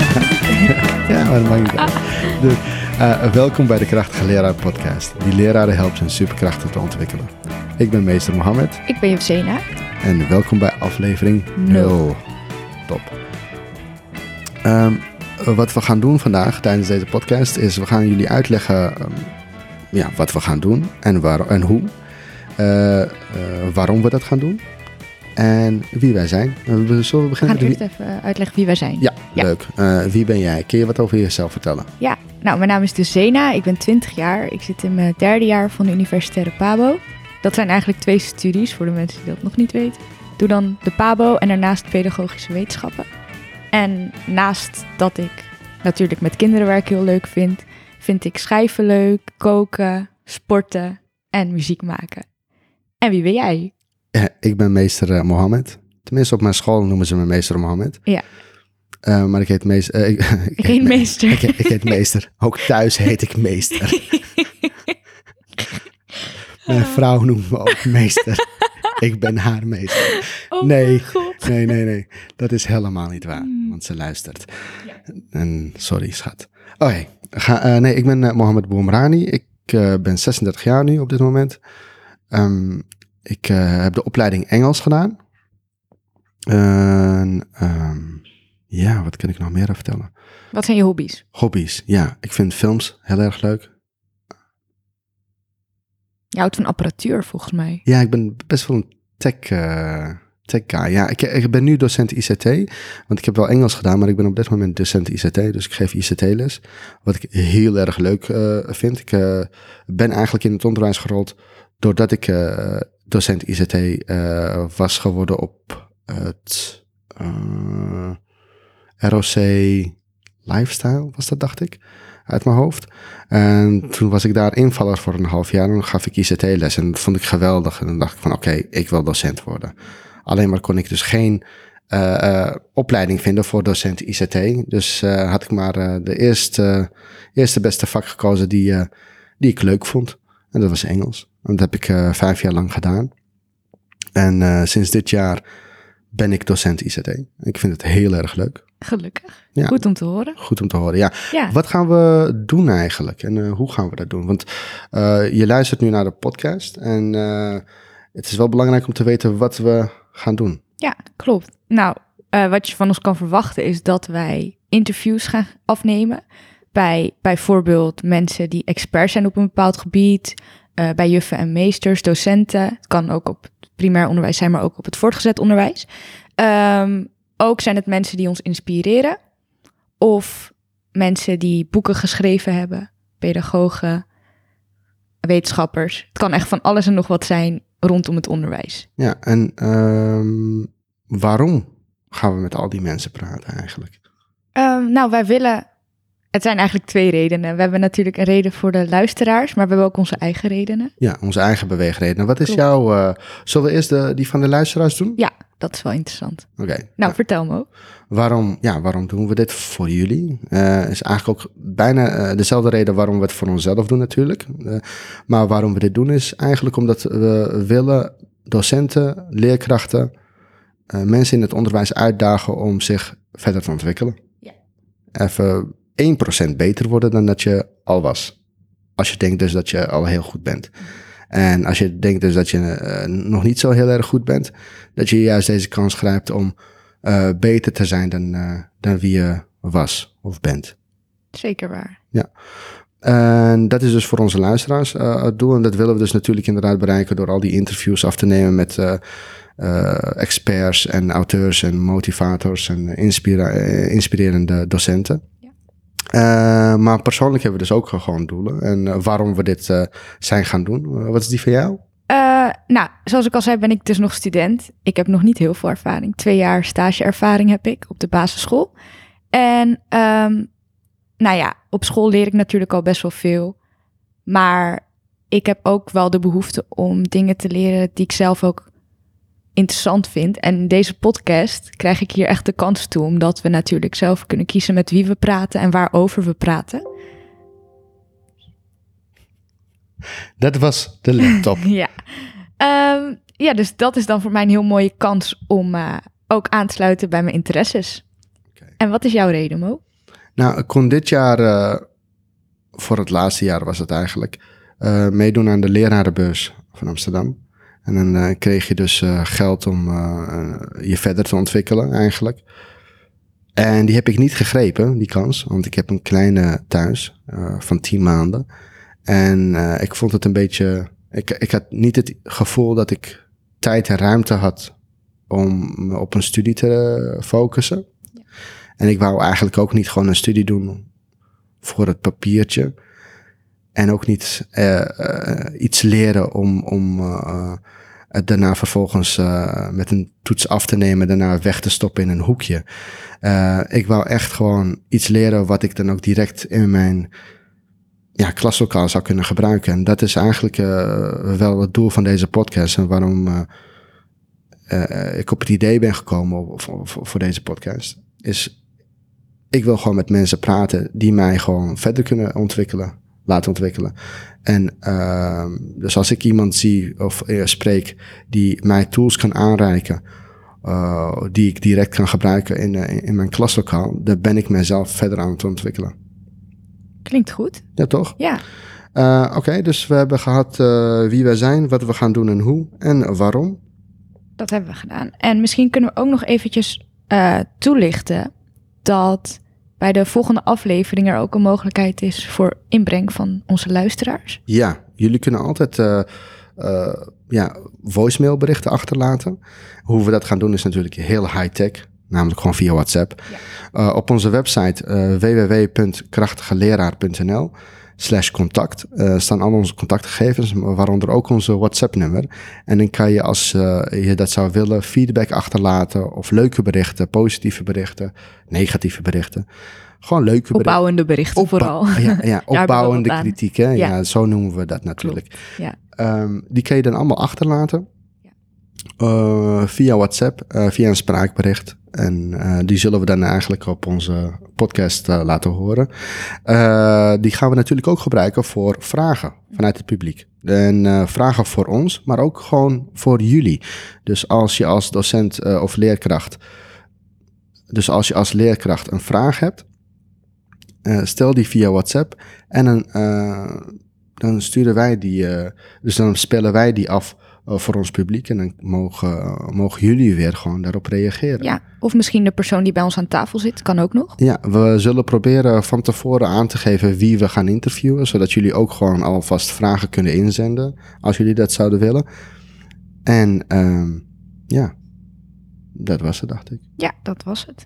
Ja, maar dat maakt niet uit. Dus, welkom bij de Krachtige Leraar podcast. Die leraren helpt hun superkrachten te ontwikkelen. Ik ben meester Mohammed. Ik ben Jevsena. En welkom bij aflevering 0. Top. Wat we gaan doen vandaag tijdens deze podcast is we gaan jullie uitleggen wat we gaan doen en hoe. Waarom we dat gaan doen. En wie wij zijn. Zullen we beginnen? We gaan eerst even uitleggen wie wij zijn. Ja, leuk. Wie ben jij? Kun je wat over jezelf vertellen? Ja, nou, mijn naam is dus Zena. Ik ben 20 jaar. Ik zit in mijn 3e jaar van de universitaire PABO. Dat zijn eigenlijk 2 studies voor de mensen die dat nog niet weten. Ik doe dan de PABO en daarnaast pedagogische wetenschappen. En naast dat ik natuurlijk met kinderen werken heel leuk vind ik schrijven leuk, koken, sporten en muziek maken. En wie ben jij? Ja, ik ben meester Mohammed. Tenminste, op mijn school noemen ze me meester Mohammed. Ja. Maar ik heet meester. Ik heet meester. Ik heet meester. Ook thuis heet ik meester. Mijn vrouw noemt me ook meester. Ik ben haar meester. Oh nee, God. nee. Dat is helemaal niet waar, want ze luistert. Ja. En sorry, schat. Oké. Ik ben Mohammed Boumrani. Ik ben 36 jaar nu op dit moment. Ik heb de opleiding Engels gedaan. Wat kan ik nog meer vertellen? Wat zijn je hobby's? Hobby's, ja. Ik vind films heel erg leuk. Je houdt van apparatuur, volgens mij. Ja, ik ben best wel een tech guy. Ja, ik ben nu docent ICT, want ik heb wel Engels gedaan, maar ik ben op dit moment docent ICT, dus ik geef ICT-les. Wat ik heel erg leuk vind. Ik ben eigenlijk in het onderwijs gerold doordat ik docent ICT was geworden op het ROC Lifestyle, was dat, dacht ik, uit mijn hoofd. En toen was ik daar invaller voor een half jaar en dan gaf ik ICT-les en dat vond ik geweldig. En dan dacht ik van oké, ik wil docent worden. Alleen maar kon ik dus geen opleiding vinden voor docent ICT. Dus had ik maar de eerste beste vak gekozen die ik leuk vond. En dat was Engels. En dat heb ik 5 jaar lang gedaan. En sinds dit jaar ben ik docent ICT. Ik vind het heel erg leuk. Gelukkig. Ja. Goed om te horen. Goed om te horen, ja. Ja. Wat gaan we doen eigenlijk? En hoe gaan we dat doen? Want je luistert nu naar de podcast. En het is wel belangrijk om te weten wat we gaan doen. Ja, klopt. Nou, wat je van ons kan verwachten is dat wij interviews gaan afnemen. Bij bijvoorbeeld mensen die expert zijn op een bepaald gebied. Bij juffen en meesters, docenten. Het kan ook op het primair onderwijs zijn, maar ook op het voortgezet onderwijs. Ook zijn het mensen die ons inspireren. Of mensen die boeken geschreven hebben. Pedagogen, wetenschappers. Het kan echt van alles en nog wat zijn rondom het onderwijs. Ja, en waarom gaan we met al die mensen praten eigenlijk? Wij willen... Het zijn eigenlijk 2 redenen. We hebben natuurlijk een reden voor de luisteraars, maar we hebben ook onze eigen redenen. Ja, onze eigen beweegredenen. Wat is jouw... zullen we eerst die van de luisteraars doen? Ja, dat is wel interessant. Oké. Nou, vertel me. Waarom doen we dit voor jullie? Is eigenlijk ook bijna dezelfde reden waarom we het voor onszelf doen natuurlijk. Maar waarom we dit doen is eigenlijk omdat we willen docenten, leerkrachten, mensen in het onderwijs uitdagen om zich verder te ontwikkelen. Ja. Even 1% beter worden dan dat je al was. Als je denkt dus dat je al heel goed bent. En als je denkt dus dat je nog niet zo heel erg goed bent, dat je juist deze kans grijpt om beter te zijn dan wie je was of bent. Zeker waar. Ja. En dat is dus voor onze luisteraars het doel. En dat willen we dus natuurlijk inderdaad bereiken door al die interviews af te nemen met experts en auteurs en motivators en inspirerende docenten. Maar persoonlijk hebben we dus ook gewoon doelen. En waarom we dit zijn gaan doen. Wat is die van jou? Zoals ik al zei, ben ik dus nog student. Ik heb nog niet heel veel ervaring. 2 jaar stageervaring heb ik op de basisschool. En op school leer ik natuurlijk al best wel veel. Maar ik heb ook wel de behoefte om dingen te leren die ik zelf ook interessant vind. En in deze podcast krijg ik hier echt de kans toe, omdat we natuurlijk zelf kunnen kiezen met wie we praten en waarover we praten. Dat was de laptop. Ja, dus dat is dan voor mij een heel mooie kans om ook aan te sluiten bij mijn interesses. Okay. En wat is jouw reden, Mo? Nou, ik kon dit jaar, voor het laatste jaar was het eigenlijk, meedoen aan de lerarenbeurs van Amsterdam. En dan kreeg je dus geld om je verder te ontwikkelen eigenlijk. En die heb ik niet gegrepen, die kans. Want ik heb een kleine thuis van 10 maanden. En ik vond het een beetje... Ik had niet het gevoel dat ik tijd en ruimte had om me op een studie te focussen. Ja. En ik wou eigenlijk ook niet gewoon een studie doen voor het papiertje. En ook niet iets leren om het daarna vervolgens met een toets af te nemen, daarna weg te stoppen in een hoekje. Ik wou echt gewoon iets leren wat ik dan ook direct in mijn klaslokaal zou kunnen gebruiken. En dat is eigenlijk wel het doel van deze podcast en waarom ik op het idee ben gekomen voor deze podcast. Is, ik wil gewoon met mensen praten die mij gewoon verder kunnen laten ontwikkelen. En dus als ik iemand zie of spreek die mij tools kan aanreiken, die ik direct kan gebruiken in mijn klaslokaal, dan ben ik mezelf verder aan het ontwikkelen. Klinkt goed. Ja, toch? Ja. Oké, dus we hebben gehad wie wij zijn, wat we gaan doen en hoe en waarom. Dat hebben we gedaan. En misschien kunnen we ook nog eventjes toelichten dat bij de volgende aflevering er ook een mogelijkheid is voor inbreng van onze luisteraars. Ja, jullie kunnen altijd voicemailberichten achterlaten. Hoe we dat gaan doen is natuurlijk heel high-tech, namelijk gewoon via WhatsApp. Ja. Op onze website www.krachtigeleraar.nl/contact staan al onze contactgegevens, waaronder ook onze WhatsApp-nummer. En dan kan je, als je dat zou willen, feedback achterlaten of leuke berichten, positieve berichten, negatieve berichten. Gewoon leuke opbouwende berichten vooral. Ja, opbouwende kritiek. Hè? Ja, zo noemen we dat natuurlijk. Ja. Die kan je dan allemaal achterlaten. Via WhatsApp, via een spraakbericht. En die zullen we dan eigenlijk op onze podcast laten horen. Die gaan we natuurlijk ook gebruiken voor vragen vanuit het publiek. En vragen voor ons, maar ook gewoon voor jullie. Dus als je als docent of leerkracht... Dus als je als leerkracht een vraag hebt, stel die via WhatsApp. En dan sturen wij die... dus dan spellen wij die af voor ons publiek. En dan mogen jullie weer gewoon daarop reageren. Ja, of misschien de persoon die bij ons aan tafel zit, kan ook nog. Ja, we zullen proberen van tevoren aan te geven wie we gaan interviewen. Zodat jullie ook gewoon alvast vragen kunnen inzenden. Als jullie dat zouden willen. En dat was het, dacht ik. Ja, dat was het.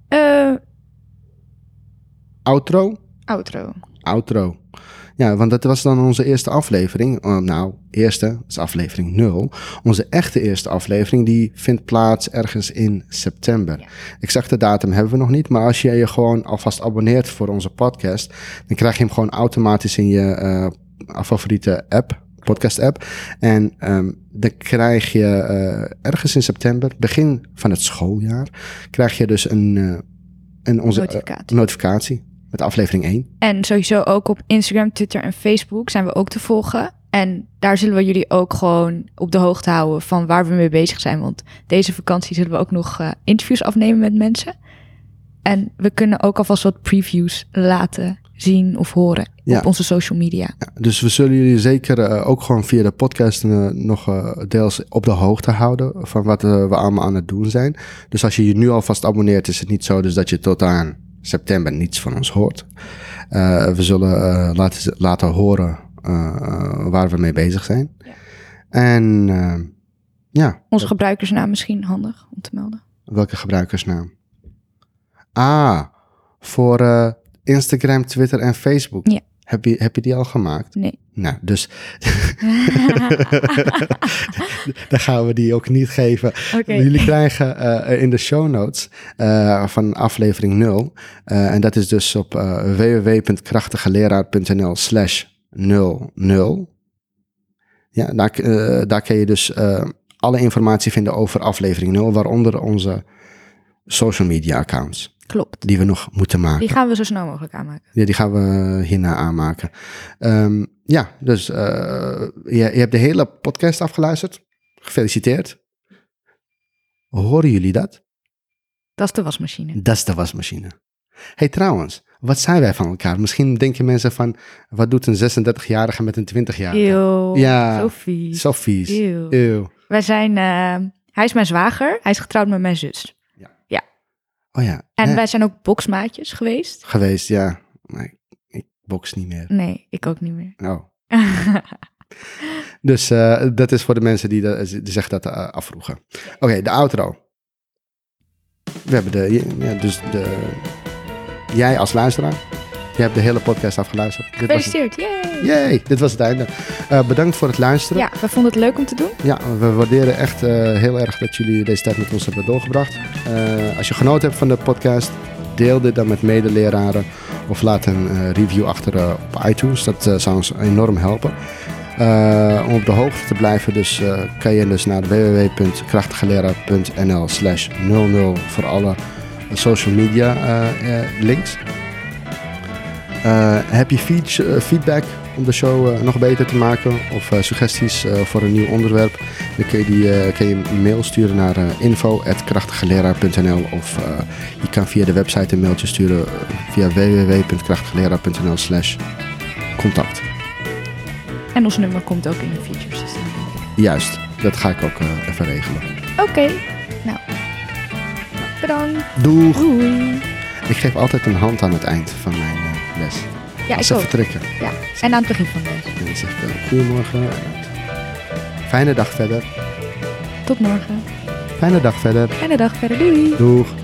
Outro. Ja, want dat was dan onze eerste aflevering. Dat is aflevering 0. Onze echte eerste aflevering, die vindt plaats ergens in september. Ja. Exacte datum hebben we nog niet, maar als je je gewoon alvast abonneert voor onze podcast, dan krijg je hem gewoon automatisch in je favoriete app, podcast app. En dan krijg je ergens in september, begin van het schooljaar, krijg je dus onze notificatie. Met aflevering 1. En sowieso ook op Instagram, Twitter en Facebook zijn we ook te volgen. En daar zullen we jullie ook gewoon op de hoogte houden van waar we mee bezig zijn. Want deze vakantie zullen we ook nog interviews afnemen met mensen. En we kunnen ook alvast wat previews laten zien of horen op onze social media. Ja, dus we zullen jullie zeker ook gewoon via de podcast nog deels op de hoogte houden van wat we allemaal aan het doen zijn. Dus als je je nu alvast abonneert, is het niet zo dus dat je tot aan september niets van ons hoort. We zullen laten horen waar we mee bezig zijn. Ja. En onze gebruikersnaam misschien handig om te melden. Welke gebruikersnaam? Voor Instagram, Twitter en Facebook. Ja. Heb je die al gemaakt? Nee. Nou, dus dan gaan we die ook niet geven. Okay. Jullie krijgen in de show notes van aflevering 0. En dat is dus op www.krachtigeleraar.nl/00. Ja, daar kun je dus alle informatie vinden over aflevering 0, waaronder onze social media accounts. Klopt. Die we nog moeten maken. Die gaan we zo snel mogelijk aanmaken. Ja, die gaan we hierna aanmaken. Dus je hebt de hele podcast afgeluisterd. Gefeliciteerd. Horen jullie dat? Dat is de wasmachine. Dat is de wasmachine. Hey, trouwens, wat zijn wij van elkaar? Misschien denken mensen van, wat doet een 36-jarige met een 20-jarige? Eeuw, Ja, zo vies. Zo vies. Eeuw. Eeuw. Wij zijn, hij is mijn zwager, hij is getrouwd met mijn zus. Oh ja. En wij zijn ook boksmaatjes geweest. Geweest, ja. Maar ik boks niet meer. Nee, ik ook niet meer. Oh. Dus dat is voor de mensen die zich dat afvroegen. Oké, de outro. We hebben jij als luisteraar, je hebt de hele podcast afgeluisterd. Gefeliciteerd, yay! Dit was het einde. Bedankt voor het luisteren. Ja, we vonden het leuk om te doen. Ja, we waarderen echt heel erg dat jullie deze tijd met ons hebben doorgebracht. Als je genoten hebt van de podcast, deel dit dan met medeleraren of laat een review achter op iTunes. Dat zou ons enorm helpen. Om op de hoogte te blijven, dus kan je dus naar www.krachtigeleraar.nl/00 voor alle social media links. Heb je feedback om de show nog beter te maken of suggesties voor een nieuw onderwerp? Dan kun je een mail sturen naar info@krachtigeleraar.nl of je kan via de website een mailtje sturen via www.krachtigeleraar.nl/contact. En ons nummer komt ook in de features te staan. Juist, dat ga ik ook even regelen. Oké, nou, bedankt. Doeg! Doei. Ik geef altijd een hand aan het eind van mijn les. Ja, Als ik ze ook. vertrekken. Ja, en aan het begin van de les. En dan zeg ik goedemorgen. Fijne dag verder. Tot morgen. Fijne dag verder. Fijne dag verder. Doei. Doeg!